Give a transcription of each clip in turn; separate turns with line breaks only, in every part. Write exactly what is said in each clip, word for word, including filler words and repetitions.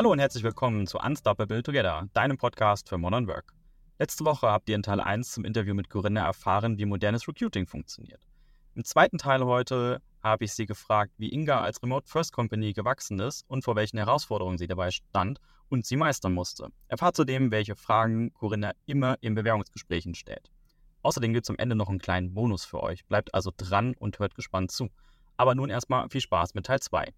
Hallo und herzlich willkommen zu Unstoppable Together, deinem Podcast für Modern Work. Letzte Woche habt ihr in Teil eins zum Interview mit Corinna erfahren, wie modernes Recruiting funktioniert. Im zweiten Teil heute habe ich sie gefragt, wie Inga als Remote First Company gewachsen ist und vor welchen Herausforderungen sie dabei stand und sie meistern musste. Erfahrt zudem, welche Fragen Corinna immer in Bewerbungsgesprächen stellt. Außerdem gibt es am Ende noch einen kleinen Bonus für euch. Bleibt also dran und hört gespannt zu. Aber nun erstmal viel Spaß mit Teil zwei.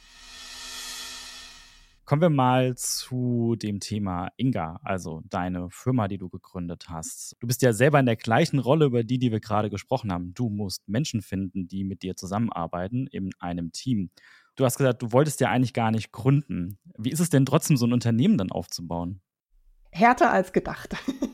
Kommen wir mal zu dem Thema Inga, also deine Firma, die du gegründet hast. Du bist ja selber in der gleichen Rolle, über die, die wir gerade gesprochen haben. Du musst Menschen finden, die mit dir zusammenarbeiten in einem Team. Du hast gesagt, du wolltest ja eigentlich gar nicht gründen. Wie ist es denn trotzdem, so ein Unternehmen dann aufzubauen?
Härter als gedacht.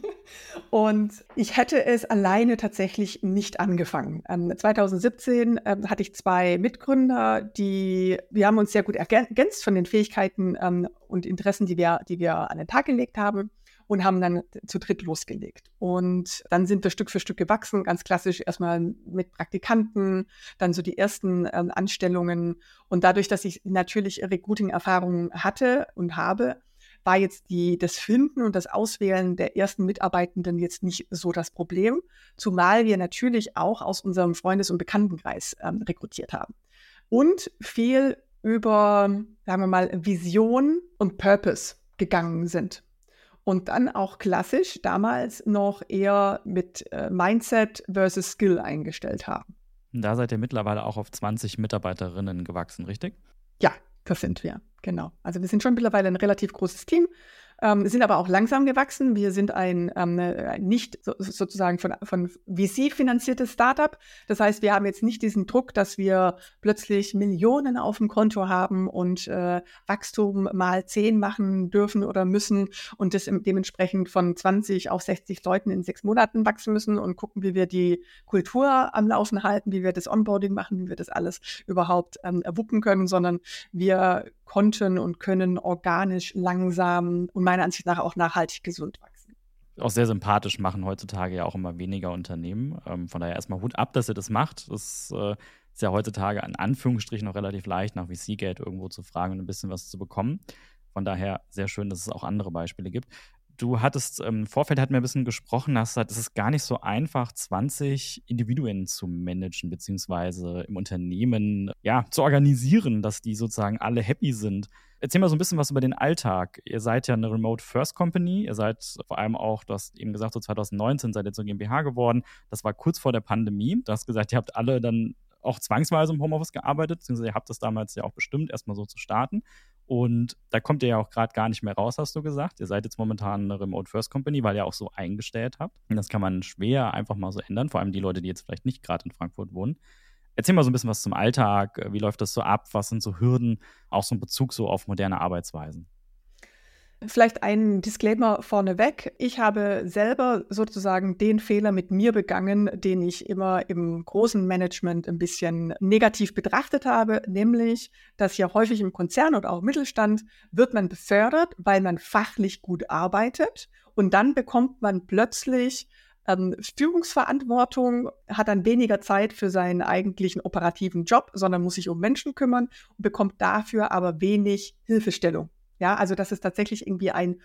Und ich hätte es alleine tatsächlich nicht angefangen. Ähm, zwanzig siebzehn ähm, hatte ich zwei Mitgründer, die, wir haben uns sehr gut ergänzt von den Fähigkeiten ähm, und Interessen, die wir, die wir an den Tag gelegt haben und haben dann zu dritt losgelegt. Und dann sind wir Stück für Stück gewachsen, ganz klassisch erstmal mit Praktikanten, dann so die ersten ähm, Anstellungen. Und dadurch, dass ich natürlich Recruiting-Erfahrungen hatte und habe, war jetzt die, das Finden und das Auswählen der ersten Mitarbeitenden jetzt nicht so das Problem, zumal wir natürlich auch aus unserem Freundes- und Bekanntenkreis ähm, rekrutiert haben. Und viel über, sagen wir mal, Vision und Purpose gegangen sind. Und dann auch klassisch damals noch eher mit äh, Mindset versus Skill eingestellt haben.
Da seid ihr mittlerweile auch auf zwanzig Mitarbeiterinnen gewachsen, richtig?
Ja, das sind wir, genau. Also wir sind schon mittlerweile ein relativ großes Team, ähm, sind aber auch langsam gewachsen. Wir sind ein ähm, nicht so, sozusagen von, von V C finanziertes Startup. Das heißt, wir haben jetzt nicht diesen Druck, dass wir plötzlich Millionen auf dem Konto haben und äh, Wachstum mal zehn machen dürfen oder müssen und das dementsprechend von zwanzig auf sechzig Leuten in sechs Monaten wachsen müssen und gucken, wie wir die Kultur am Laufen halten, wie wir das Onboarding machen, wie wir das alles überhaupt ähm, wuppen können, sondern wir konnten und können organisch, langsam und meiner Ansicht nach auch nachhaltig gesund wachsen.
Auch sehr sympathisch machen heutzutage ja auch immer weniger Unternehmen. Ähm, von daher erstmal Hut ab, dass ihr das macht. Das äh, ist ja heutzutage in Anführungsstrichen noch relativ leicht, nach V C-Geld irgendwo zu fragen und ein bisschen was zu bekommen. Von daher sehr schön, dass es auch andere Beispiele gibt. Du hattest im ähm, Vorfeld hatten wir ein bisschen gesprochen, hast gesagt, es ist gar nicht so einfach, zwanzig Individuen zu managen, beziehungsweise im Unternehmen ja, zu organisieren, dass die sozusagen alle happy sind. Erzähl mal so ein bisschen was über den Alltag. Ihr seid ja eine Remote First Company. Ihr seid vor allem auch, du hast eben gesagt, so zwanzig neunzehn seid ihr zur GmbH geworden. Das war kurz vor der Pandemie. Du hast gesagt, ihr habt alle dann auch zwangsweise im Homeoffice gearbeitet, beziehungsweise ihr habt das damals ja auch bestimmt, erstmal so zu starten. Und da kommt ihr ja auch gerade gar nicht mehr raus, hast du gesagt. Ihr seid jetzt momentan eine Remote First Company, weil ihr auch so eingestellt habt. Und das kann man schwer einfach mal so ändern, vor allem die Leute, die jetzt vielleicht nicht gerade in Frankfurt wohnen. Erzähl mal so ein bisschen was zum Alltag. Wie läuft das so ab? Was sind so Hürden? Auch so ein Bezug so auf moderne Arbeitsweisen.
Vielleicht ein Disclaimer vorneweg. Ich habe selber sozusagen den Fehler mit mir begangen, den ich immer im großen Management ein bisschen negativ betrachtet habe, nämlich, dass ja häufig im Konzern oder auch im Mittelstand wird man befördert, weil man fachlich gut arbeitet und dann bekommt man plötzlich ähm, Führungsverantwortung, hat dann weniger Zeit für seinen eigentlichen operativen Job, sondern muss sich um Menschen kümmern und bekommt dafür aber wenig Hilfestellung. Ja, also dass es tatsächlich irgendwie ein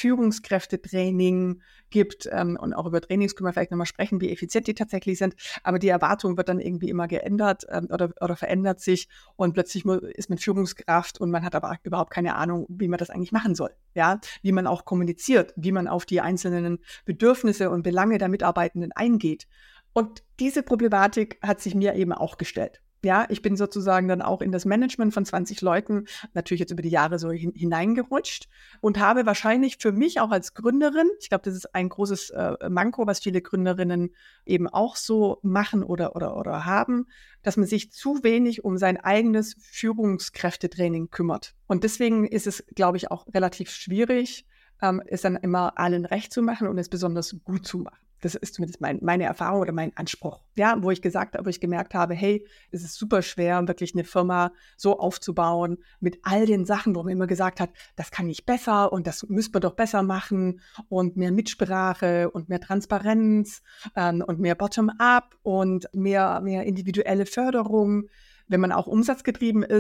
Führungskräftetraining gibt ähm, und auch über Trainings können wir vielleicht nochmal sprechen, wie effizient die tatsächlich sind, aber die Erwartung wird dann irgendwie immer geändert ähm, oder, oder verändert sich und plötzlich ist man Führungskraft und man hat aber überhaupt keine Ahnung, wie man das eigentlich machen soll, ja, wie man auch kommuniziert, wie man auf die einzelnen Bedürfnisse und Belange der Mitarbeitenden eingeht. Und diese Problematik hat sich mir eben auch gestellt. Ja, ich bin sozusagen dann auch in das Management von zwanzig Leuten natürlich jetzt über die Jahre so hin, hineingerutscht und habe wahrscheinlich für mich auch als Gründerin, ich glaube, das ist ein großes äh, Manko, was viele Gründerinnen eben auch so machen oder, oder, oder haben, dass man sich zu wenig um sein eigenes Führungskräftetraining kümmert. Und deswegen ist es, glaube ich, auch relativ schwierig, ähm, es dann immer allen recht zu machen und es besonders gut zu machen. Das ist zumindest mein, meine Erfahrung oder mein Anspruch, ja, wo ich gesagt habe, wo ich gemerkt habe, hey, es ist super schwer, wirklich eine Firma so aufzubauen mit all den Sachen, wo man immer gesagt hat, das kann ich besser und das müsste man doch besser machen und mehr Mitsprache und mehr Transparenz ähm, und mehr Bottom-up und mehr, mehr individuelle Förderung. Wenn man auch umsatzgetrieben ist,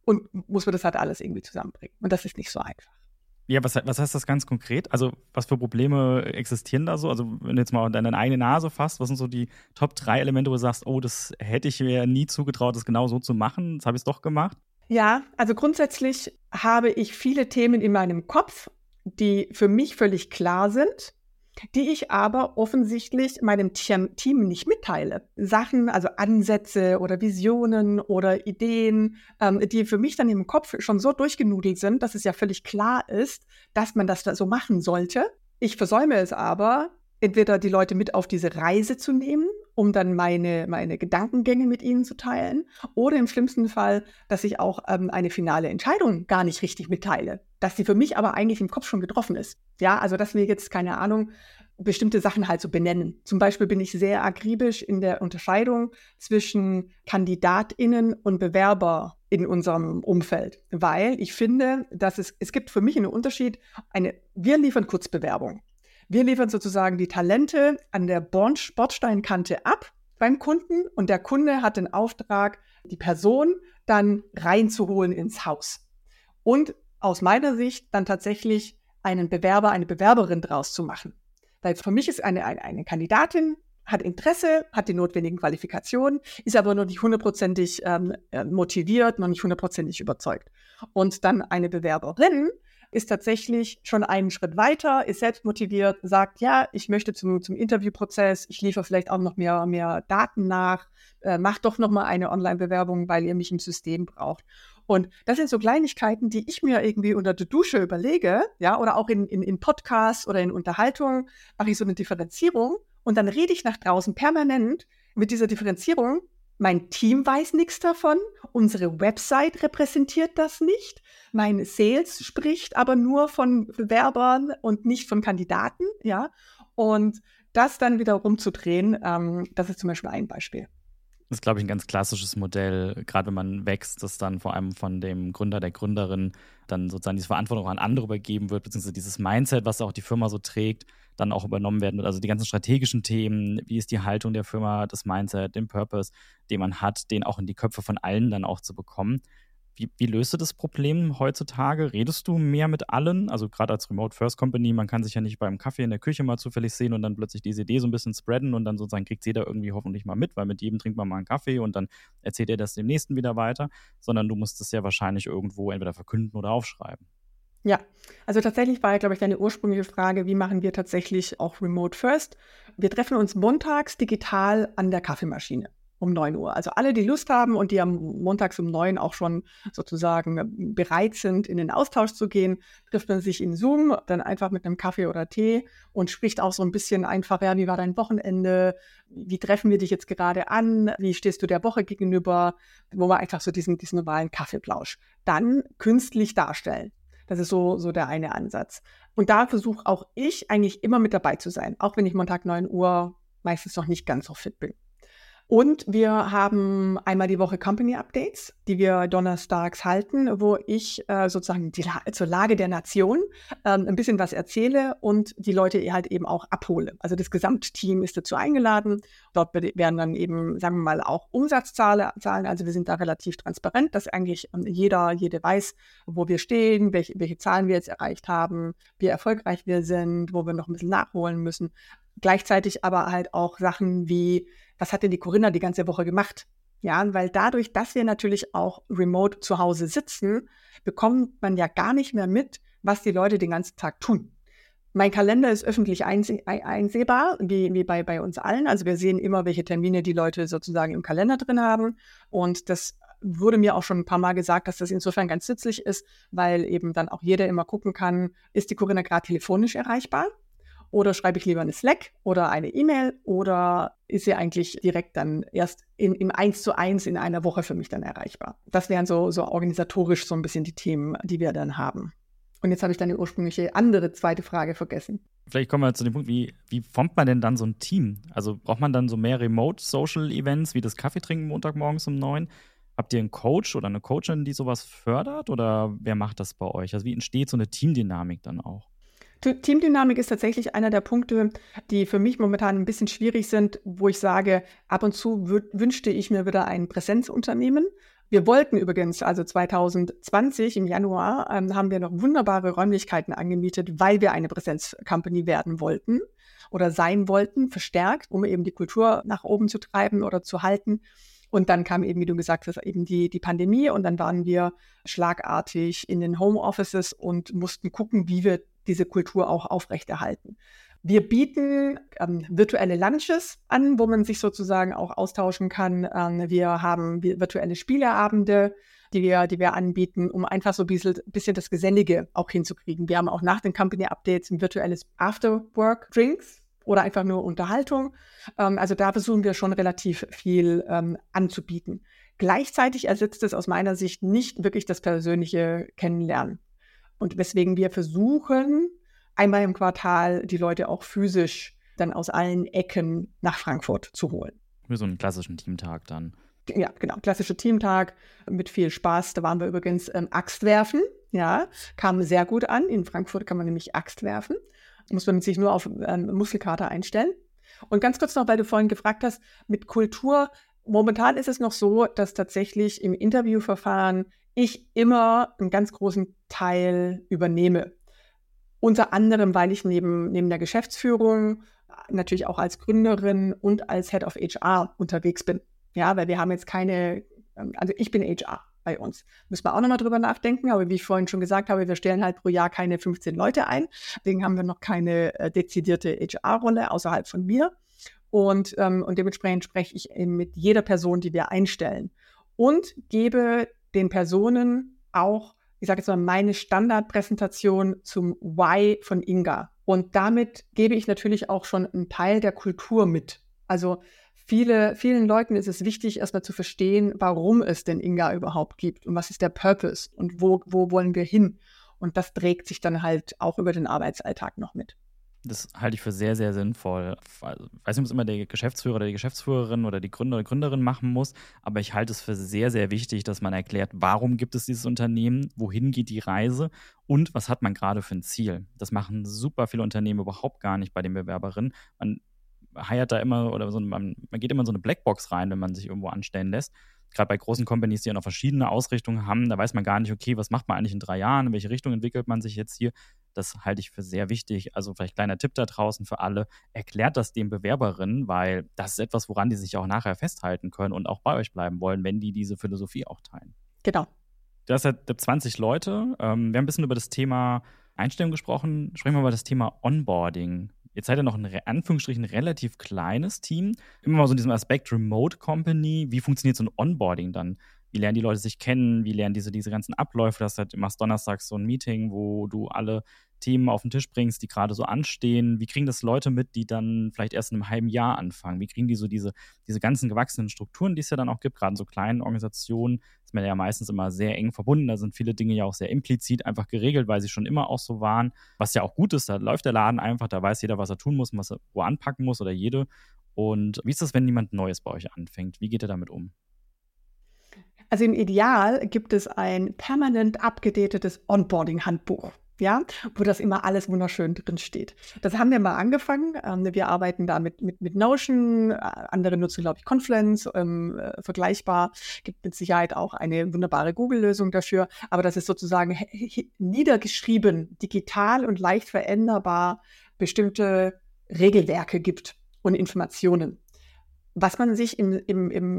und muss man das halt alles irgendwie zusammenbringen. Und das ist nicht so einfach.
Ja, was, was heißt das ganz konkret? Also was für Probleme existieren da so? Also wenn du jetzt mal deine eigene Nase fasst, was sind so die Top drei Elemente, wo du sagst, oh, das hätte ich mir nie zugetraut, das genau so zu machen, das habe ich es doch gemacht?
Ja, also grundsätzlich habe ich viele Themen in meinem Kopf, die für mich völlig klar sind, die ich aber offensichtlich meinem Team nicht mitteile. Sachen, also Ansätze oder Visionen oder Ideen, ähm, die für mich dann im Kopf schon so durchgenudelt sind, dass es ja völlig klar ist, dass man das da so machen sollte. Ich versäume es aber, entweder die Leute mit auf diese Reise zu nehmen, um dann meine, meine Gedankengänge mit ihnen zu teilen, oder im schlimmsten Fall, dass ich auch ähm, eine finale Entscheidung gar nicht richtig mitteile, dass die für mich aber eigentlich im Kopf schon getroffen ist. Ja, also dass wir jetzt, keine Ahnung, bestimmte Sachen halt so benennen. Zum Beispiel bin ich sehr akribisch in der Unterscheidung zwischen KandidatInnen und Bewerber in unserem Umfeld, weil ich finde, dass es, es gibt für mich einen Unterschied, eine, wir liefern Kurzbewerbung. Wir liefern sozusagen die Talente an der Bordsteinkante ab beim Kunden und der Kunde hat den Auftrag, die Person dann reinzuholen ins Haus. Und aus meiner Sicht dann tatsächlich einen Bewerber, eine Bewerberin draus zu machen. Weil für mich ist eine, eine, eine Kandidatin, hat Interesse, hat die notwendigen Qualifikationen, ist aber noch nicht hundertprozentig ähm, motiviert, noch nicht hundertprozentig überzeugt. Und dann eine Bewerberin ist tatsächlich schon einen Schritt weiter, ist selbst motiviert, sagt, ja, ich möchte zum, zum Interviewprozess, ich liefere vielleicht auch noch mehr, mehr Daten nach, äh, mach doch noch mal eine Online-Bewerbung, weil ihr mich im System braucht. Und das sind so Kleinigkeiten, die ich mir irgendwie unter der Dusche überlege, ja, oder auch in, in, in Podcasts oder in Unterhaltungen mache ich so eine Differenzierung und dann rede ich nach draußen permanent mit dieser Differenzierung. Mein Team weiß nichts davon, unsere Website repräsentiert das nicht, mein Sales spricht aber nur von Bewerbern und nicht von Kandidaten, ja, und das dann wieder rumzudrehen, ähm, das ist zum Beispiel ein Beispiel.
Das ist, glaube ich, ein ganz klassisches Modell, gerade wenn man wächst, dass dann vor allem von dem Gründer, der Gründerin dann sozusagen diese Verantwortung an andere übergeben wird, beziehungsweise dieses Mindset, was auch die Firma so trägt, dann auch übernommen werden wird. Also die ganzen strategischen Themen, wie ist die Haltung der Firma, das Mindset, den Purpose, den man hat, den auch in die Köpfe von allen dann auch zu bekommen. Wie, wie löst du das Problem heutzutage? Redest du mehr mit allen? Also gerade als Remote-First-Company, man kann sich ja nicht beim Kaffee in der Küche mal zufällig sehen und dann plötzlich diese Idee so ein bisschen spreaden und dann sozusagen kriegt jeder irgendwie hoffentlich mal mit, weil mit jedem trinkt man mal einen Kaffee und dann erzählt er das dem Nächsten wieder weiter, sondern du musst es ja wahrscheinlich irgendwo entweder verkünden oder aufschreiben.
Ja, also tatsächlich war ja, glaube ich, deine ursprüngliche Frage, wie machen wir tatsächlich auch Remote First? Wir treffen uns montags digital an der Kaffeemaschine um neun Uhr. Also alle, die Lust haben und die am montags um neun auch schon sozusagen bereit sind, in den Austausch zu gehen, trifft man sich in Zoom, dann einfach mit einem Kaffee oder Tee und spricht auch so ein bisschen einfach, ja, wie war dein Wochenende? Wie treffen wir dich jetzt gerade an? Wie stehst du der Woche gegenüber? Wo wir einfach so diesen, diesen normalen Kaffeeplausch dann künstlich darstellen. Das ist so, so der eine Ansatz. Und da versuche auch ich eigentlich immer mit dabei zu sein, auch wenn ich Montag neun Uhr meistens noch nicht ganz so fit bin. Und wir haben einmal die Woche Company Updates, die wir donnerstags halten, wo ich äh, sozusagen die La- zur Lage der Nation ähm, ein bisschen was erzähle und die Leute halt eben auch abhole. Also das Gesamtteam ist dazu eingeladen. Dort werden dann eben, sagen wir mal, auch Umsatzzahlen. Also wir sind da relativ transparent, dass eigentlich ähm, jeder, jede weiß, wo wir stehen, welche, welche Zahlen wir jetzt erreicht haben, wie erfolgreich wir sind, wo wir noch ein bisschen nachholen müssen. Gleichzeitig aber halt auch Sachen wie, was hat denn die Corinna die ganze Woche gemacht? Ja, weil dadurch, dass wir natürlich auch remote zu Hause sitzen, bekommt man ja gar nicht mehr mit, was die Leute den ganzen Tag tun. Mein Kalender ist öffentlich einse- einsehbar, wie, wie bei, bei uns allen. Also wir sehen immer, welche Termine die Leute sozusagen im Kalender drin haben. Und das wurde mir auch schon ein paar Mal gesagt, dass das insofern ganz nützlich ist, weil eben dann auch jeder immer gucken kann, ist die Corinna gerade telefonisch erreichbar? Oder schreibe ich lieber eine Slack oder eine E-Mail oder ist sie eigentlich direkt dann erst in, im eins zu eins in einer Woche für mich dann erreichbar? Das wären so, so organisatorisch so ein bisschen die Themen, die wir dann haben. Und jetzt habe ich deine ursprüngliche andere zweite Frage vergessen.
Vielleicht kommen wir zu dem Punkt, wie, wie formt man denn dann so ein Team? Also braucht man dann so mehr Remote-Social-Events wie das Kaffeetrinken Montagmorgens um neun? Habt ihr einen Coach oder eine Coachin, die sowas fördert? Oder wer macht das bei euch? Also wie entsteht so eine Teamdynamik dann auch?
Teamdynamik ist tatsächlich einer der Punkte, die für mich momentan ein bisschen schwierig sind, wo ich sage, ab und zu wü- wünschte ich mir wieder ein Präsenzunternehmen, Wir wollten übrigens, also zwanzig zwanzig im Januar, ähm, haben wir noch wunderbare Räumlichkeiten angemietet, weil wir eine Präsenz-Company werden wollten oder sein wollten, verstärkt, um eben die Kultur nach oben zu treiben oder zu halten. Und dann kam eben, wie du gesagt hast, eben die, die Pandemie und dann waren wir schlagartig in den Homeoffices und mussten gucken, wie wir diese Kultur auch aufrechterhalten. Wir bieten ähm, virtuelle Lunches an, wo man sich sozusagen auch austauschen kann. Ähm, wir haben virtuelle Spieleabende, die wir, die wir anbieten, um einfach so ein bisschen, bisschen das Gesellige auch hinzukriegen. Wir haben auch nach den Company-Updates ein virtuelles After-Work-Drinks oder einfach nur Unterhaltung. Ähm, also da versuchen wir schon relativ viel ähm, anzubieten. Gleichzeitig ersetzt es aus meiner Sicht nicht wirklich das persönliche Kennenlernen. Und weswegen wir versuchen, einmal im Quartal die Leute auch physisch dann aus allen Ecken nach Frankfurt zu holen.
Für so einen klassischen Teamtag dann.
Ja, genau, klassischer Teamtag mit viel Spaß. Da waren wir übrigens ähm, Axt werfen, ja, kam sehr gut an. In Frankfurt kann man nämlich Axt werfen. Muss man sich nur auf ähm, Muskelkater einstellen. Und ganz kurz noch, weil du vorhin gefragt hast, mit Kultur, momentan ist es noch so, dass tatsächlich im Interviewverfahren ich immer einen ganz großen Teil übernehme. Unter anderem, weil ich neben, neben der Geschäftsführung natürlich auch als Gründerin und als Head of H R unterwegs bin. Ja, weil wir haben jetzt keine, also ich bin H R bei uns. Müssen wir auch nochmal drüber nachdenken, aber wie ich vorhin schon gesagt habe, wir stellen halt pro Jahr keine fünfzehn Leute ein. Deswegen haben wir noch keine äh, dezidierte H R-Rolle außerhalb von mir. Und, ähm, und dementsprechend spreche ich eben mit jeder Person, die wir einstellen. Und gebe den Personen auch, ich sage jetzt mal, meine Standardpräsentation zum Why von Inga. Und damit gebe ich natürlich auch schon einen Teil der Kultur mit. Also viele, vielen Leuten ist es wichtig, erstmal zu verstehen, warum es denn Inga überhaupt gibt und was ist der Purpose und wo, wo wollen wir hin. Und das trägt sich dann halt auch über den Arbeitsalltag noch mit.
Das halte ich für sehr, sehr sinnvoll. Ich weiß nicht, ob es immer der Geschäftsführer oder die Geschäftsführerin oder die Gründer oder Gründerin machen muss, aber ich halte es für sehr, sehr wichtig, dass man erklärt, warum gibt es dieses Unternehmen, wohin geht die Reise und was hat man gerade für ein Ziel. Das machen super viele Unternehmen überhaupt gar nicht bei den Bewerberinnen. Man hiert da immer oder so, man, man geht immer in so eine Blackbox rein, wenn man sich irgendwo anstellen lässt. Gerade bei großen Companies, die ja noch verschiedene Ausrichtungen haben, da weiß man gar nicht, okay, was macht man eigentlich in drei Jahren, in welche Richtung entwickelt man sich jetzt hier. Das halte ich für sehr wichtig. Also vielleicht kleiner Tipp da draußen für alle, erklärt das den Bewerberinnen, weil das ist etwas, woran die sich auch nachher festhalten können und auch bei euch bleiben wollen, wenn die diese Philosophie auch teilen.
Genau.
Du hast halt zwanzig Leute. Ähm, wir haben ein bisschen über das Thema Einstellung gesprochen. Sprechen wir über das Thema Onboarding. Jetzt seid ihr noch ein, in Anführungsstrichen, relativ kleines Team. Immer mal so in diesem Aspekt Remote Company. Wie funktioniert so ein Onboarding dann? Wie lernen die Leute sich kennen? Wie lernen diese, diese ganzen Abläufe? Das halt, du machst donnerstags so ein Meeting, wo du alle Themen auf den Tisch bringst, die gerade so anstehen. Wie kriegen das Leute mit, die dann vielleicht erst in einem halben Jahr anfangen? Wie kriegen die so diese, diese ganzen gewachsenen Strukturen, die es ja dann auch gibt, gerade in so kleinen Organisationen, ist man ja meistens immer sehr eng verbunden. Da sind viele Dinge ja auch sehr implizit einfach geregelt, weil sie schon immer auch so waren. Was ja auch gut ist, da läuft der Laden einfach, da weiß jeder, was er tun muss und was er wo anpacken muss oder jede. Und wie ist das, wenn jemand Neues bei euch anfängt? Wie geht er damit um?
Also im Ideal gibt es ein permanent abgedatetes Onboarding-Handbuch. Ja, wo das immer alles wunderschön drin steht. Das haben wir mal angefangen. Ähm, wir arbeiten da mit, mit, mit Notion, andere nutzen, glaube ich, Confluence, ähm, äh, vergleichbar. Gibt mit Sicherheit auch eine wunderbare Google-Lösung dafür. Aber das ist sozusagen niedergeschrieben, digital und leicht veränderbar bestimmte Regelwerke gibt und Informationen. Was man sich im, im, im,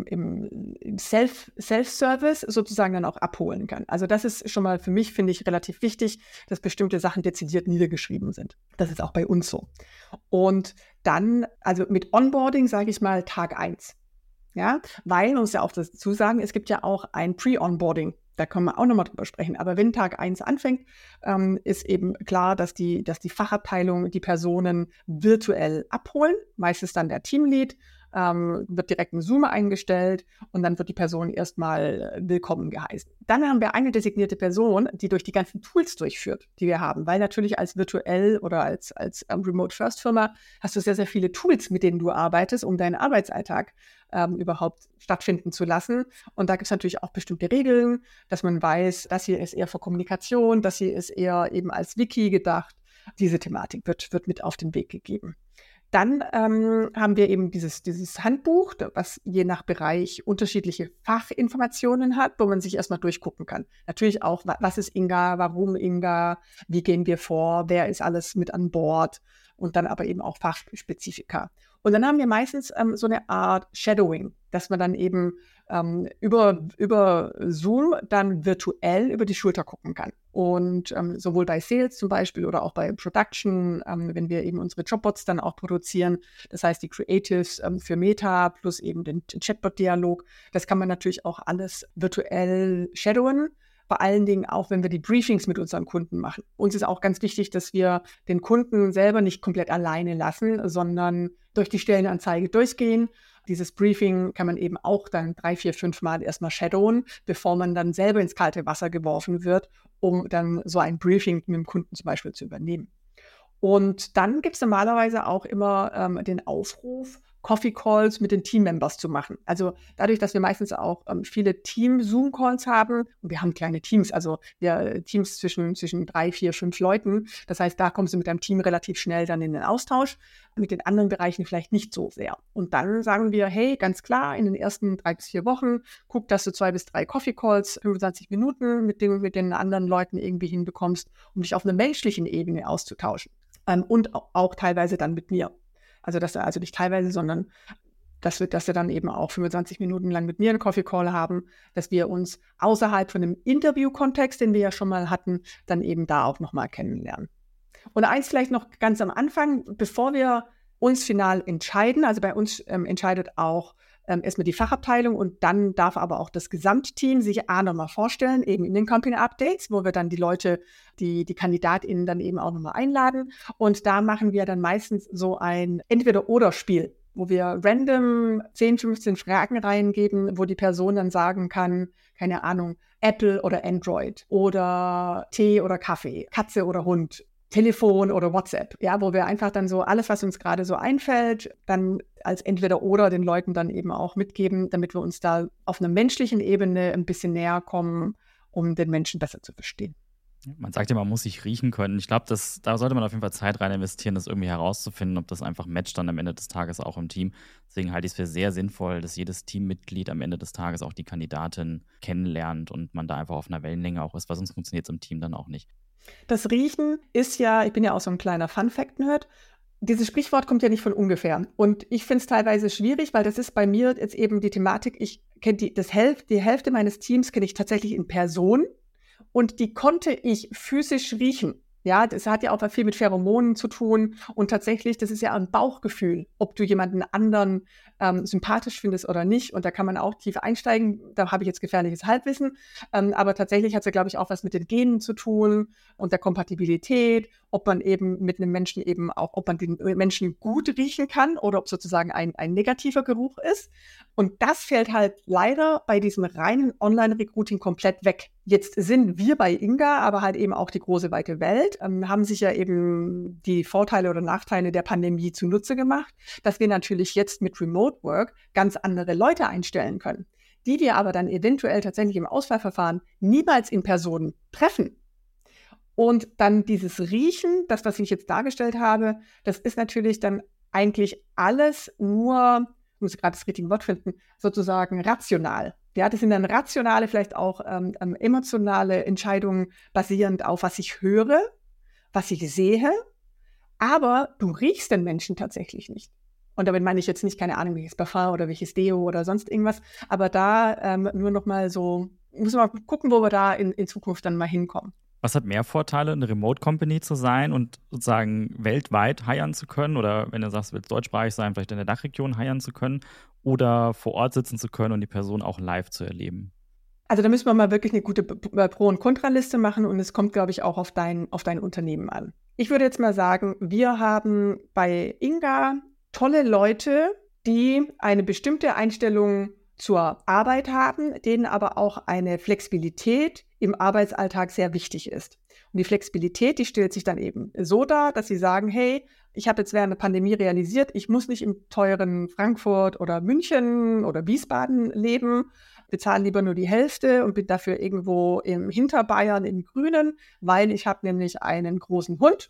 im Self, Self-Service sozusagen dann auch abholen kann. Also das ist schon mal für mich, finde ich, relativ wichtig, dass bestimmte Sachen dezidiert niedergeschrieben sind. Das ist auch bei uns so. Und dann, also mit Onboarding sage ich mal Tag eins. Ja, weil, man muss ja auch dazu sagen, es gibt ja auch ein Pre-Onboarding. Da können wir auch nochmal drüber sprechen. Aber wenn Tag eins anfängt, ähm, ist eben klar, dass die, dass die Fachabteilung die Personen virtuell abholen, meistens dann der Teamlead, ähm, wird direkt ein Zoom eingestellt und dann wird die Person erstmal willkommen geheißen. Dann haben wir eine designierte Person, die durch die ganzen Tools durchführt, die wir haben, weil natürlich als virtuell oder als, als ähm, Remote-First-Firma hast du sehr, sehr viele Tools, mit denen du arbeitest, um deinen Arbeitsalltag ähm, überhaupt stattfinden zu lassen. Und da gibt es natürlich auch bestimmte Regeln, dass man weiß, das hier ist eher für Kommunikation, das hier ist eher eben als Wiki gedacht. Diese Thematik wird, wird mit auf den Weg gegeben. Dann ähm, haben wir eben dieses, dieses Handbuch, was je nach Bereich unterschiedliche Fachinformationen hat, wo man sich erstmal durchgucken kann. Natürlich auch, was ist Inga, warum Inga, wie gehen wir vor, wer ist alles mit an Bord und dann aber eben auch Fachspezifika. Und dann haben wir meistens ähm, so eine Art Shadowing, dass man dann eben ähm, über, über Zoom dann virtuell über die Schulter gucken kann. Und ähm, sowohl bei Sales zum Beispiel oder auch bei Production, ähm, wenn wir eben unsere Jobbots dann auch produzieren, das heißt die Creatives ähm, für Meta plus eben den, den Chatbot-Dialog, das kann man natürlich auch alles virtuell shadowen. Vor allen Dingen auch, wenn wir die Briefings mit unseren Kunden machen. Uns ist auch ganz wichtig, dass wir den Kunden selber nicht komplett alleine lassen, sondern durch die Stellenanzeige durchgehen. Dieses Briefing kann man eben auch dann drei, vier, fünf Mal erstmal shadowen, bevor man dann selber ins kalte Wasser geworfen wird, um dann so ein Briefing mit dem Kunden zum Beispiel zu übernehmen. Und dann gibt es normalerweise auch immer ähm, den Aufruf, Coffee Calls mit den Teammembers zu machen. Also dadurch, dass wir meistens auch ähm, viele Team-Zoom-Calls haben, und wir haben kleine Teams, also wir Teams zwischen, zwischen drei, vier, fünf Leuten. Das heißt, da kommst du mit deinem Team relativ schnell dann in den Austausch, mit den anderen Bereichen vielleicht nicht so sehr. Und dann sagen wir, hey, ganz klar, in den ersten drei bis vier Wochen, guck, dass du zwei bis drei Coffee Calls, fünfundzwanzig Minuten mit den, mit den anderen Leuten irgendwie hinbekommst, um dich auf einer menschlichen Ebene auszutauschen. Ähm, und auch teilweise dann mit mir. Also, dass wir also nicht teilweise, sondern dass wir, dass wir dann eben auch fünfundzwanzig Minuten lang mit mir einen Coffee Call haben, dass wir uns außerhalb von dem Interview-Kontext, den wir ja schon mal hatten, dann eben da auch nochmal kennenlernen. Und eins vielleicht noch ganz am Anfang, bevor wir uns final entscheiden, also bei uns ähm, entscheidet auch ähm, erstmal die Fachabteilung und dann darf aber auch das Gesamtteam sich A nochmal vorstellen, eben in den Company Updates, wo wir dann die Leute, die, die KandidatInnen dann eben auch nochmal einladen. Und da machen wir dann meistens so ein Entweder-Oder-Spiel, wo wir random zehn, fünfzehn Fragen reingeben, wo die Person dann sagen kann, keine Ahnung, Apple oder Android oder Tee oder Kaffee, Katze oder Hund, Telefon oder WhatsApp, ja, wo wir einfach dann so alles, was uns gerade so einfällt, dann als Entweder-Oder den Leuten dann eben auch mitgeben, damit wir uns da auf einer menschlichen Ebene ein bisschen näher kommen, um den Menschen besser zu verstehen.
Man sagt ja, man muss sich riechen können. Ich glaube, da sollte man auf jeden Fall Zeit rein investieren, das irgendwie herauszufinden, ob das einfach matcht dann am Ende des Tages auch im Team. Deswegen halte ich es für sehr sinnvoll, dass jedes Teammitglied am Ende des Tages auch die Kandidatin kennenlernt und man da einfach auf einer Wellenlänge auch ist, weil sonst funktioniert es im Team dann auch nicht.
Das Riechen ist ja, ich bin ja auch so ein kleiner Fun-Fact-Nerd, dieses Sprichwort kommt ja nicht von ungefähr. Und ich finde es teilweise schwierig, weil das ist bei mir jetzt eben die Thematik, ich kenne die, das Hälfte, die Hälfte meines Teams kenne ich tatsächlich in Person und die konnte ich physisch riechen. Ja, das hat ja auch viel mit Pheromonen zu tun und tatsächlich, das ist ja ein Bauchgefühl, ob du jemanden anderen ähm, sympathisch findest oder nicht und da kann man auch tief einsteigen, da habe ich jetzt gefährliches Halbwissen, ähm, aber tatsächlich hat es ja, glaube ich, auch was mit den Genen zu tun und der Kompatibilität, ob man eben mit einem Menschen eben auch, ob man den Menschen gut riechen kann oder ob sozusagen ein, ein negativer Geruch ist und das fällt halt leider bei diesem reinen Online-Recruiting komplett weg. Jetzt sind wir bei Inga, aber halt eben auch die große weite Welt, ähm, haben sich ja eben die Vorteile oder Nachteile der Pandemie zunutze gemacht, dass wir natürlich jetzt mit Remote Work ganz andere Leute einstellen können, die wir aber dann eventuell tatsächlich im Auswahlverfahren niemals in Person treffen. Und dann dieses Riechen, das, was ich jetzt dargestellt habe, das ist natürlich dann eigentlich alles nur, ich muss gerade das richtige Wort finden, sozusagen rational. Ja, das sind dann rationale, vielleicht auch ähm, emotionale Entscheidungen basierend auf, was ich höre, was ich sehe, aber du riechst den Menschen tatsächlich nicht. Und damit meine ich jetzt nicht, keine Ahnung, welches Parfum oder welches Deo oder sonst irgendwas, aber da ähm, nur noch mal so, müssen wir mal gucken, wo wir da in, in Zukunft dann mal hinkommen.
Was hat mehr Vorteile, eine Remote-Company zu sein und sozusagen weltweit hiren zu können? Oder wenn du sagst, du willst deutschsprachig sein, vielleicht in der Dachregion hiren zu können oder vor Ort sitzen zu können und die Person auch live zu erleben?
Also da müssen wir mal wirklich eine gute Pro- und Kontraliste machen und es kommt, glaube ich, auch auf dein, auf dein Unternehmen an. Ich würde jetzt mal sagen, wir haben bei Inga tolle Leute, die eine bestimmte Einstellung zur Arbeit haben, denen aber auch eine Flexibilität im Arbeitsalltag sehr wichtig ist. Und die Flexibilität, die stellt sich dann eben so dar, dass sie sagen, hey, ich habe jetzt während der Pandemie realisiert, ich muss nicht im teuren Frankfurt oder München oder Wiesbaden leben, bezahle lieber nur die Hälfte und bin dafür irgendwo im Hinterbayern im Grünen, weil ich habe nämlich einen großen Hund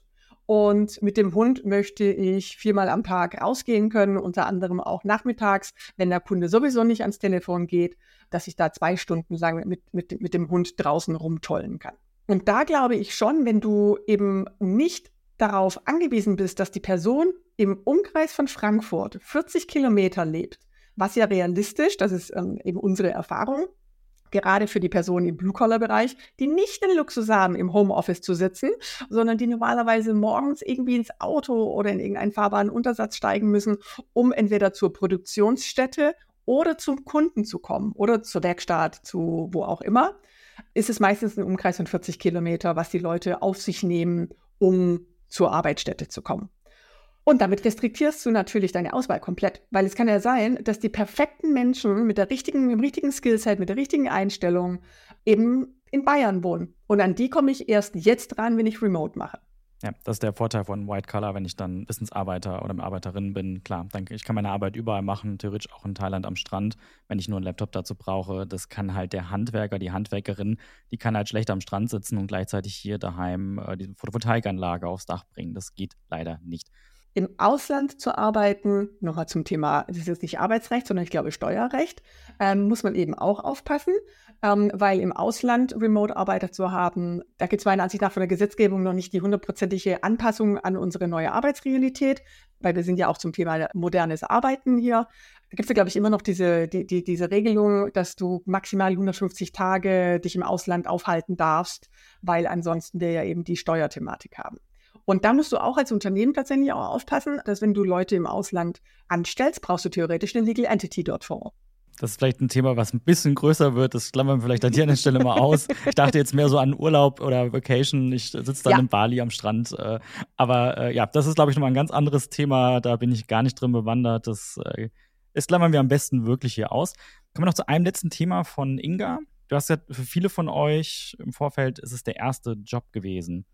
Und mit dem Hund möchte ich viermal am Tag rausgehen können, unter anderem auch nachmittags, wenn der Kunde sowieso nicht ans Telefon geht, dass ich da zwei Stunden lang mit, mit, mit dem Hund draußen rumtollen kann. Und da glaube ich schon, wenn du eben nicht darauf angewiesen bist, dass die Person im Umkreis von Frankfurt vierzig Kilometer lebt, was ja realistisch, das ist ähm, eben unsere Erfahrung, gerade für die Personen im Blue-Collar-Bereich, die nicht den Luxus haben, im Homeoffice zu sitzen, sondern die normalerweise morgens irgendwie ins Auto oder in irgendeinen fahrbaren Untersatz steigen müssen, um entweder zur Produktionsstätte oder zum Kunden zu kommen oder zur Werkstatt, zu wo auch immer, ist es meistens ein Umkreis von vierzig Kilometer, was die Leute auf sich nehmen, um zur Arbeitsstätte zu kommen. Und damit restriktierst du natürlich deine Auswahl komplett, weil es kann ja sein, dass die perfekten Menschen mit der richtigen, mit dem richtigen Skillset, mit der richtigen Einstellung eben in Bayern wohnen. Und an die komme ich erst jetzt dran, wenn ich Remote mache.
Ja, das ist der Vorteil von White Collar, wenn ich dann Wissensarbeiter oder Arbeiterin bin. Klar, dann, ich kann meine Arbeit überall machen, theoretisch auch in Thailand am Strand, wenn ich nur einen Laptop dazu brauche. Das kann halt der Handwerker, die Handwerkerin, die kann halt schlecht am Strand sitzen und gleichzeitig hier daheim äh, die Photovoltaikanlage aufs Dach bringen. Das geht leider nicht.
Im Ausland zu arbeiten, nochmal zum Thema, das ist jetzt nicht Arbeitsrecht, sondern ich glaube Steuerrecht, ähm, muss man eben auch aufpassen, ähm, weil im Ausland Remote-Arbeiter zu haben, da gibt es meiner Ansicht nach von der Gesetzgebung noch nicht die hundertprozentige Anpassung an unsere neue Arbeitsrealität, weil wir sind ja auch zum Thema modernes Arbeiten hier. Da gibt es ja, glaube ich, immer noch diese, die, die, diese Regelung, dass du maximal hundertfünfzig Tage dich im Ausland aufhalten darfst, weil ansonsten wir ja eben die Steuerthematik haben. Und da musst du auch als Unternehmen tatsächlich auch aufpassen, dass wenn du Leute im Ausland anstellst, brauchst du theoretisch eine Legal Entity dort vor Ort.
Das ist vielleicht ein Thema, was ein bisschen größer wird. Das klammern wir vielleicht an der Stelle mal aus. Ich dachte jetzt mehr so an Urlaub oder Vacation. Ich sitze dann ja. in Bali am Strand. Aber ja, das ist, glaube ich, nochmal ein ganz anderes Thema. Da bin ich gar nicht drin bewandert. Das, das klammern wir am besten wirklich hier aus. Kommen wir noch zu einem letzten Thema von Inga. Du hast ja für viele von euch im Vorfeld ist es der erste Job gewesen.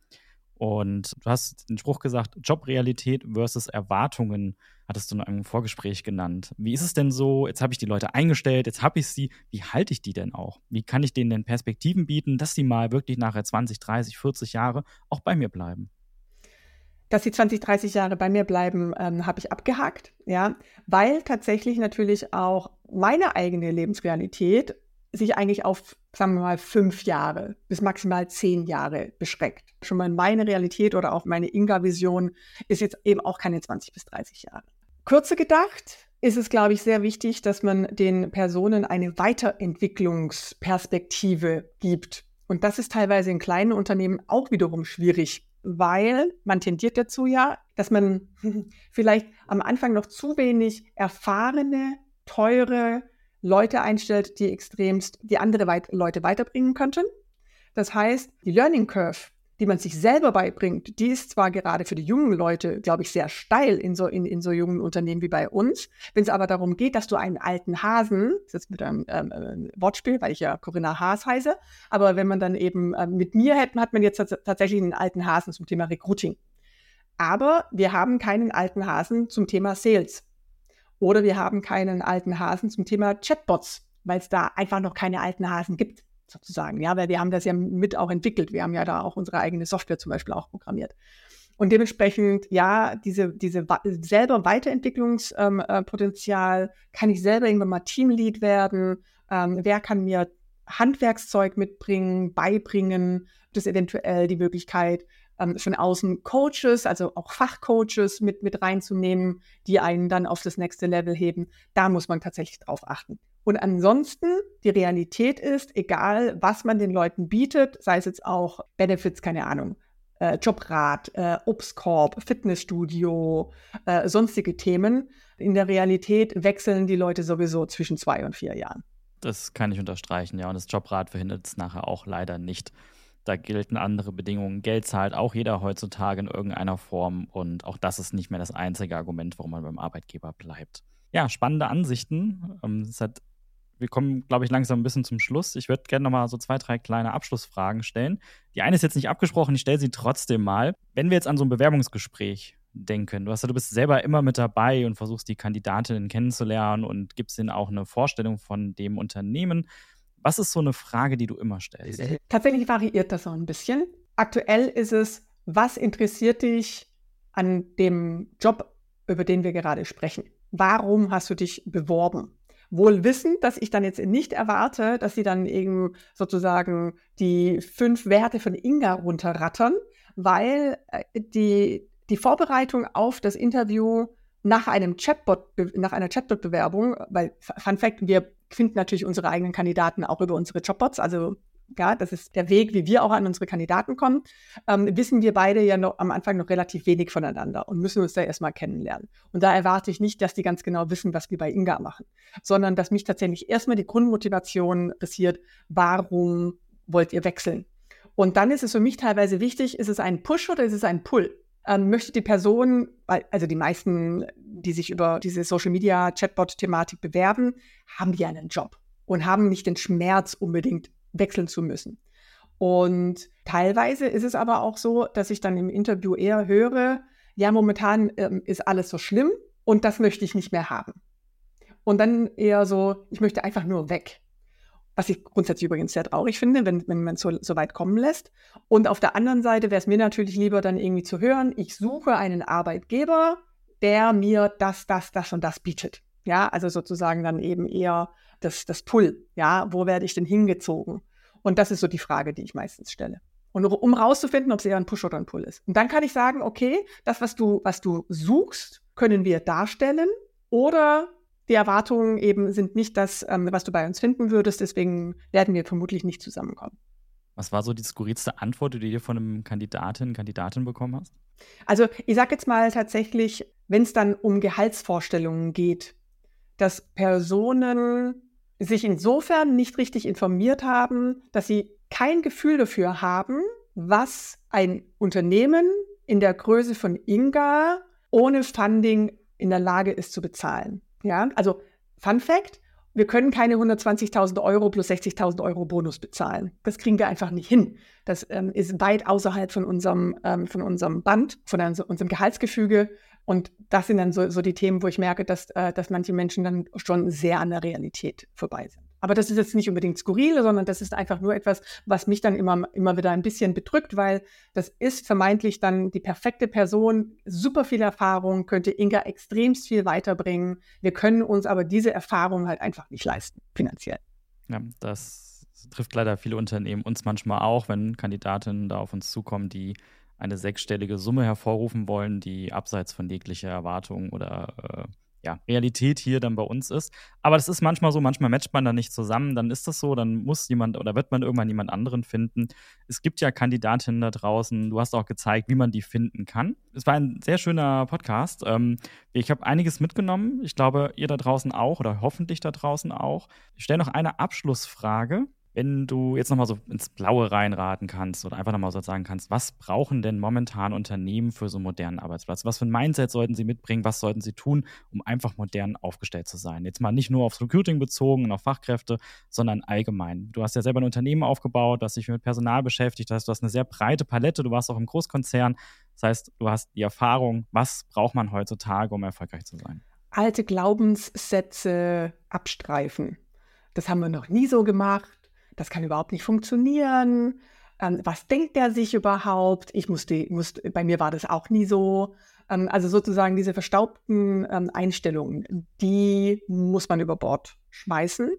Und du hast den Spruch gesagt, Jobrealität versus Erwartungen, hattest du in einem Vorgespräch genannt. Wie ist es denn so, jetzt habe ich die Leute eingestellt, jetzt habe ich sie, wie halte ich die denn auch? Wie kann ich denen denn Perspektiven bieten, dass sie mal wirklich nachher zwanzig, dreißig, vierzig Jahre auch bei mir bleiben?
Dass sie zwanzig, dreißig Jahre bei mir bleiben, ähm, habe ich abgehakt, ja, weil tatsächlich natürlich auch meine eigene Lebensrealität sich eigentlich auf, sagen wir mal, fünf Jahre bis maximal zehn Jahre beschränkt. Schon mal meine Realität oder auch meine Inga-Vision ist jetzt eben auch keine zwanzig bis dreißig Jahre. Kürzer gedacht ist es, glaube ich, sehr wichtig, dass man den Personen eine Weiterentwicklungsperspektive gibt. Und das ist teilweise in kleinen Unternehmen auch wiederum schwierig, weil man tendiert dazu ja, dass man vielleicht am Anfang noch zu wenig erfahrene, teure Leute einstellt, die extremst die andere weit- Leute weiterbringen könnten. Das heißt, die Learning Curve, die man sich selber beibringt, die ist zwar gerade für die jungen Leute, glaube ich, sehr steil in so, in, in so jungen Unternehmen wie bei uns. Wenn es aber darum geht, dass du einen alten Hasen, das ist jetzt mit einem ähm, Wortspiel, weil ich ja Corinna Haas heiße, aber wenn man dann eben ähm, mit mir hätten, hat man jetzt tats- tatsächlich einen alten Hasen zum Thema Recruiting. Aber wir haben keinen alten Hasen zum Thema Sales. Oder wir haben keinen alten Hasen zum Thema Chatbots, weil es da einfach noch keine alten Hasen gibt, sozusagen. Ja, weil wir haben das ja mit auch entwickelt. Wir haben ja da auch unsere eigene Software zum Beispiel auch programmiert. Und dementsprechend, ja, diese, diese selber Weiterentwicklungspotenzial, ähm, kann ich selber irgendwann mal Teamlead werden? Ähm, wer kann mir Handwerkszeug mitbringen, beibringen? Das eventuell die Möglichkeit, von außen Coaches, also auch Fachcoaches mit, mit reinzunehmen, die einen dann auf das nächste Level heben. Da muss man tatsächlich drauf achten. Und ansonsten, die Realität ist, egal was man den Leuten bietet, sei es jetzt auch Benefits, keine Ahnung, äh, Jobrat, äh, Obstkorb, Fitnessstudio, äh, sonstige Themen, in der Realität wechseln die Leute sowieso zwischen zwei und vier Jahren.
Das kann ich unterstreichen, ja. Und das Jobrat verhindert es nachher auch leider nicht. Da gelten andere Bedingungen. Geld zahlt auch jeder heutzutage in irgendeiner Form. Und auch das ist nicht mehr das einzige Argument, warum man beim Arbeitgeber bleibt. Ja, spannende Ansichten. Ähm, es hat, wir kommen, glaube ich, langsam ein bisschen zum Schluss. Ich würde gerne noch mal so zwei, drei kleine Abschlussfragen stellen. Die eine ist jetzt nicht abgesprochen, ich stelle sie trotzdem mal. Wenn wir jetzt an so ein Bewerbungsgespräch denken, du, hast, du bist selber immer mit dabei und versuchst, die Kandidatinnen kennenzulernen und gibst ihnen auch eine Vorstellung von dem Unternehmen. Was ist so eine Frage, die du immer stellst?
Tatsächlich variiert das so ein bisschen. Aktuell ist es was interessiert dich an dem Job, über den wir gerade sprechen? Warum hast du dich beworben? Wohl wissend, dass ich dann jetzt nicht erwarte, dass sie dann eben sozusagen die fünf Werte von Inga runterrattern, weil die, die Vorbereitung auf das Interview nach einem Chatbot, nach einer Chatbot-Bewerbung, weil Fun Fact, wir finden natürlich unsere eigenen Kandidaten auch über unsere Jobbots, also ja, das ist der Weg, wie wir auch an unsere Kandidaten kommen, ähm, wissen wir beide ja noch am Anfang noch relativ wenig voneinander und müssen uns da erstmal kennenlernen. Und da erwarte ich nicht, dass die ganz genau wissen, was wir bei Inga machen, sondern dass mich tatsächlich erstmal die Grundmotivation interessiert, warum wollt ihr wechseln? Und dann ist es für mich teilweise wichtig, ist es ein Push oder ist es ein Pull? Ähm, möchte die Person, also die meisten, die sich über diese Social-Media-Chatbot-Thematik bewerben, haben die einen Job und haben nicht den Schmerz unbedingt wechseln zu müssen. Und teilweise ist es aber auch so, dass ich dann im Interview eher höre, ja, momentan ähm, ist alles so schlimm und das möchte ich nicht mehr haben. Und dann eher so, ich möchte einfach nur weg. Was ich grundsätzlich übrigens sehr traurig finde, wenn, wenn man es so, so weit kommen lässt. Und auf der anderen Seite wäre es mir natürlich lieber, dann irgendwie zu hören, ich suche einen Arbeitgeber, der mir das, das, das und das bietet. Ja, also sozusagen dann eben eher das, das Pull. Ja, wo werde ich denn hingezogen? Und das ist so die Frage, die ich meistens stelle. Und um rauszufinden, ob es eher ein Push oder ein Pull ist. Und dann kann ich sagen, okay, das, was du, was du suchst, können wir darstellen oder die Erwartungen eben sind nicht das, ähm, was du bei uns finden würdest, deswegen werden wir vermutlich nicht zusammenkommen.
Was war so die skurrilste Antwort, die du dir von einem Kandidatin, Kandidatin bekommen hast?
Also ich sage jetzt mal tatsächlich, wenn es dann um Gehaltsvorstellungen geht, dass Personen sich insofern nicht richtig informiert haben, dass sie kein Gefühl dafür haben, was ein Unternehmen in der Größe von Inga ohne Funding in der Lage ist zu bezahlen. Ja, also Fun Fact, wir können keine hundertzwanzigtausend Euro plus sechzigtausend Euro Bonus bezahlen. Das kriegen wir einfach nicht hin. Das ähm, ist weit außerhalb von unserem, ähm, von unserem Band, von unserem Gehaltsgefüge. Und das sind dann so, so die Themen, wo ich merke, dass, äh, dass manche Menschen dann schon sehr an der Realität vorbei sind. Aber das ist jetzt nicht unbedingt skurril, sondern das ist einfach nur etwas, was mich dann immer, immer wieder ein bisschen bedrückt, weil das ist vermeintlich dann die perfekte Person, super viel Erfahrung, könnte Inga extremst viel weiterbringen. Wir können uns aber diese Erfahrung halt einfach nicht leisten, finanziell.
Ja, das trifft leider viele Unternehmen, uns manchmal auch, wenn Kandidatinnen da auf uns zukommen, die eine sechsstellige Summe hervorrufen wollen, die abseits von jeglicher Erwartung oder äh, ja, Realität hier dann bei uns ist. Aber das ist manchmal so, manchmal matcht man da nicht zusammen, dann ist das so, dann muss jemand oder wird man irgendwann jemand anderen finden. Es gibt ja Kandidatinnen da draußen, du hast auch gezeigt, wie man die finden kann. Es war ein sehr schöner Podcast. Ähm, ich habe einiges mitgenommen, ich glaube, ihr da draußen auch oder hoffentlich da draußen auch. Ich stelle noch eine Abschlussfrage. Wenn du jetzt nochmal so ins Blaue reinraten kannst oder einfach nochmal so sagen kannst, was brauchen denn momentan Unternehmen für so einen modernen Arbeitsplatz? Was für ein Mindset sollten sie mitbringen? Was sollten sie tun, um einfach modern aufgestellt zu sein? Jetzt mal nicht nur aufs Recruiting bezogen und auf Fachkräfte, sondern allgemein. Du hast ja selber ein Unternehmen aufgebaut, das sich mit Personal beschäftigt. Das heißt, du hast eine sehr breite Palette. Du warst auch im Großkonzern. Das heißt, du hast die Erfahrung, was braucht man heutzutage, um erfolgreich zu sein?
Alte Glaubenssätze abstreifen. Das haben wir noch nie so gemacht. Das kann überhaupt nicht funktionieren. Ähm, was denkt der sich überhaupt? Ich musste, musste, bei mir war das auch nie so. Ähm, also sozusagen diese verstaubten ähm, Einstellungen, die muss man über Bord schmeißen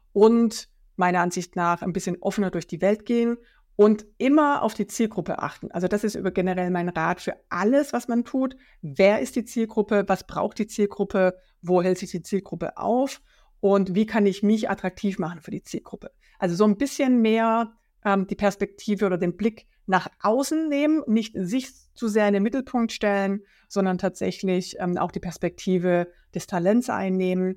und meiner Ansicht nach ein bisschen offener durch die Welt gehen und immer auf die Zielgruppe achten. Also das ist über generell mein Rat für alles, was man tut. Wer ist die Zielgruppe? Was braucht die Zielgruppe? Wo hält sich die Zielgruppe auf? Und wie kann ich mich attraktiv machen für die Zielgruppe? Also so ein bisschen mehr ähm, die Perspektive oder den Blick nach außen nehmen, nicht sich zu sehr in den Mittelpunkt stellen, sondern tatsächlich ähm, auch die Perspektive des Talents einnehmen.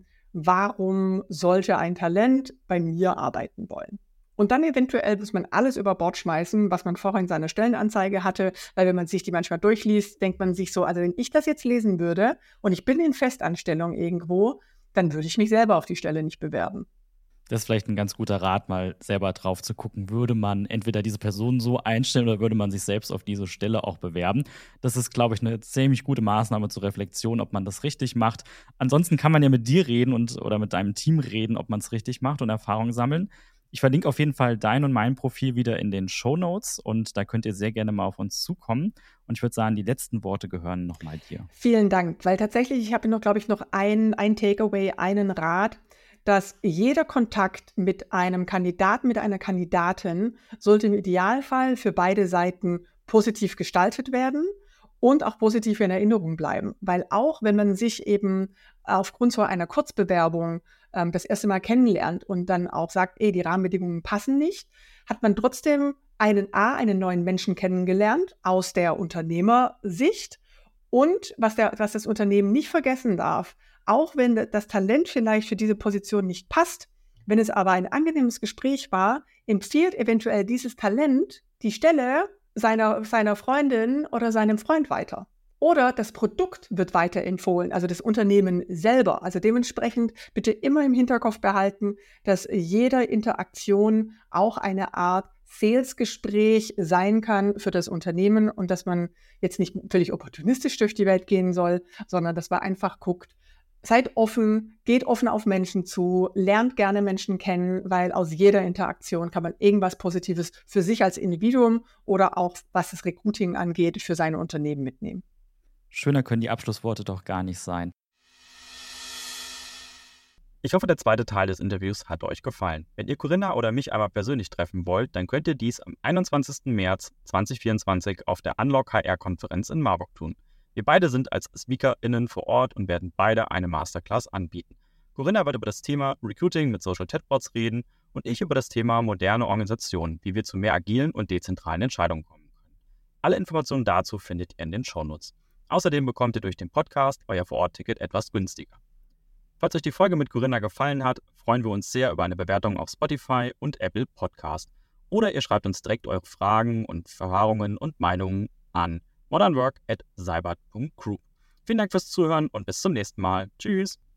Warum sollte ein Talent bei mir arbeiten wollen? Und dann eventuell muss man alles über Bord schmeißen, was man vorher in seiner Stellenanzeige hatte, weil wenn man sich die manchmal durchliest, denkt man sich so, also wenn ich das jetzt lesen würde und ich bin in Festanstellung irgendwo, dann würde ich mich selber auf die Stelle nicht bewerben.
Das ist vielleicht ein ganz guter Rat, mal selber drauf zu gucken. Würde man entweder diese Person so einstellen oder würde man sich selbst auf diese Stelle auch bewerben? Das ist, glaube ich, eine ziemlich gute Maßnahme zur Reflexion, ob man das richtig macht. Ansonsten kann man ja mit dir reden und oder mit deinem Team reden, ob man es richtig macht und Erfahrung sammeln. Ich Ich verlinke auf jeden Fall dein und mein Profil wieder in den Shownotes und da könnt ihr sehr gerne mal auf uns zukommen. Und ich würde sagen, die letzten Worte gehören nochmal dir.
Vielen Dank, weil tatsächlich, ich habe noch, glaube ich, noch ein, ein Takeaway, einen Rat, dass jeder Kontakt mit einem Kandidaten, mit einer Kandidatin sollte im Idealfall für beide Seiten positiv gestaltet werden und auch positiv in Erinnerung bleiben. Weil auch wenn man sich eben aufgrund so einer Kurzbewerbung ähm, das erste Mal kennenlernt und dann auch sagt, ey, die Rahmenbedingungen passen nicht, hat man trotzdem einen A, einen neuen Menschen kennengelernt aus der Unternehmersicht. Und was, der, was das Unternehmen nicht vergessen darf, auch wenn das Talent vielleicht für diese Position nicht passt, wenn es aber ein angenehmes Gespräch war, empfiehlt eventuell dieses Talent die Stelle seiner, seiner Freundin oder seinem Freund weiter. Oder das Produkt wird weiterempfohlen, also das Unternehmen selber. Also dementsprechend bitte immer im Hinterkopf behalten, dass jede Interaktion auch eine Art Sales-Gespräch sein kann für das Unternehmen und dass man jetzt nicht völlig opportunistisch durch die Welt gehen soll, sondern dass man einfach guckt, seid offen, geht offen auf Menschen zu, lernt gerne Menschen kennen, weil aus jeder Interaktion kann man irgendwas Positives für sich als Individuum oder auch, was das Recruiting angeht, für seine Unternehmen mitnehmen.
Schöner können die Abschlussworte doch gar nicht sein.
Ich hoffe, der zweite Teil des Interviews hat euch gefallen. Wenn ihr Corinna oder mich einmal persönlich treffen wollt, dann könnt ihr dies am einundzwanzigsten März zweitausendvierundzwanzig auf der Unlock H R-Konferenz in Marburg tun. Wir beide sind als SpeakerInnen vor Ort und werden beide eine Masterclass anbieten. Corinna wird über das Thema Recruiting mit Social Chatbots reden und ich über das Thema moderne Organisationen, wie wir zu mehr agilen und dezentralen Entscheidungen kommen können. Alle Informationen dazu findet ihr in den Shownotes. Außerdem bekommt ihr durch den Podcast euer Vor-Ort-Ticket etwas günstiger. Falls euch die Folge mit Corinna gefallen hat, freuen wir uns sehr über eine Bewertung auf Spotify und Apple Podcast. Oder ihr schreibt uns direkt eure Fragen und Erfahrungen und Meinungen an modernwork at seibert punkt crew. Vielen Dank fürs Zuhören und bis zum nächsten Mal. Tschüss!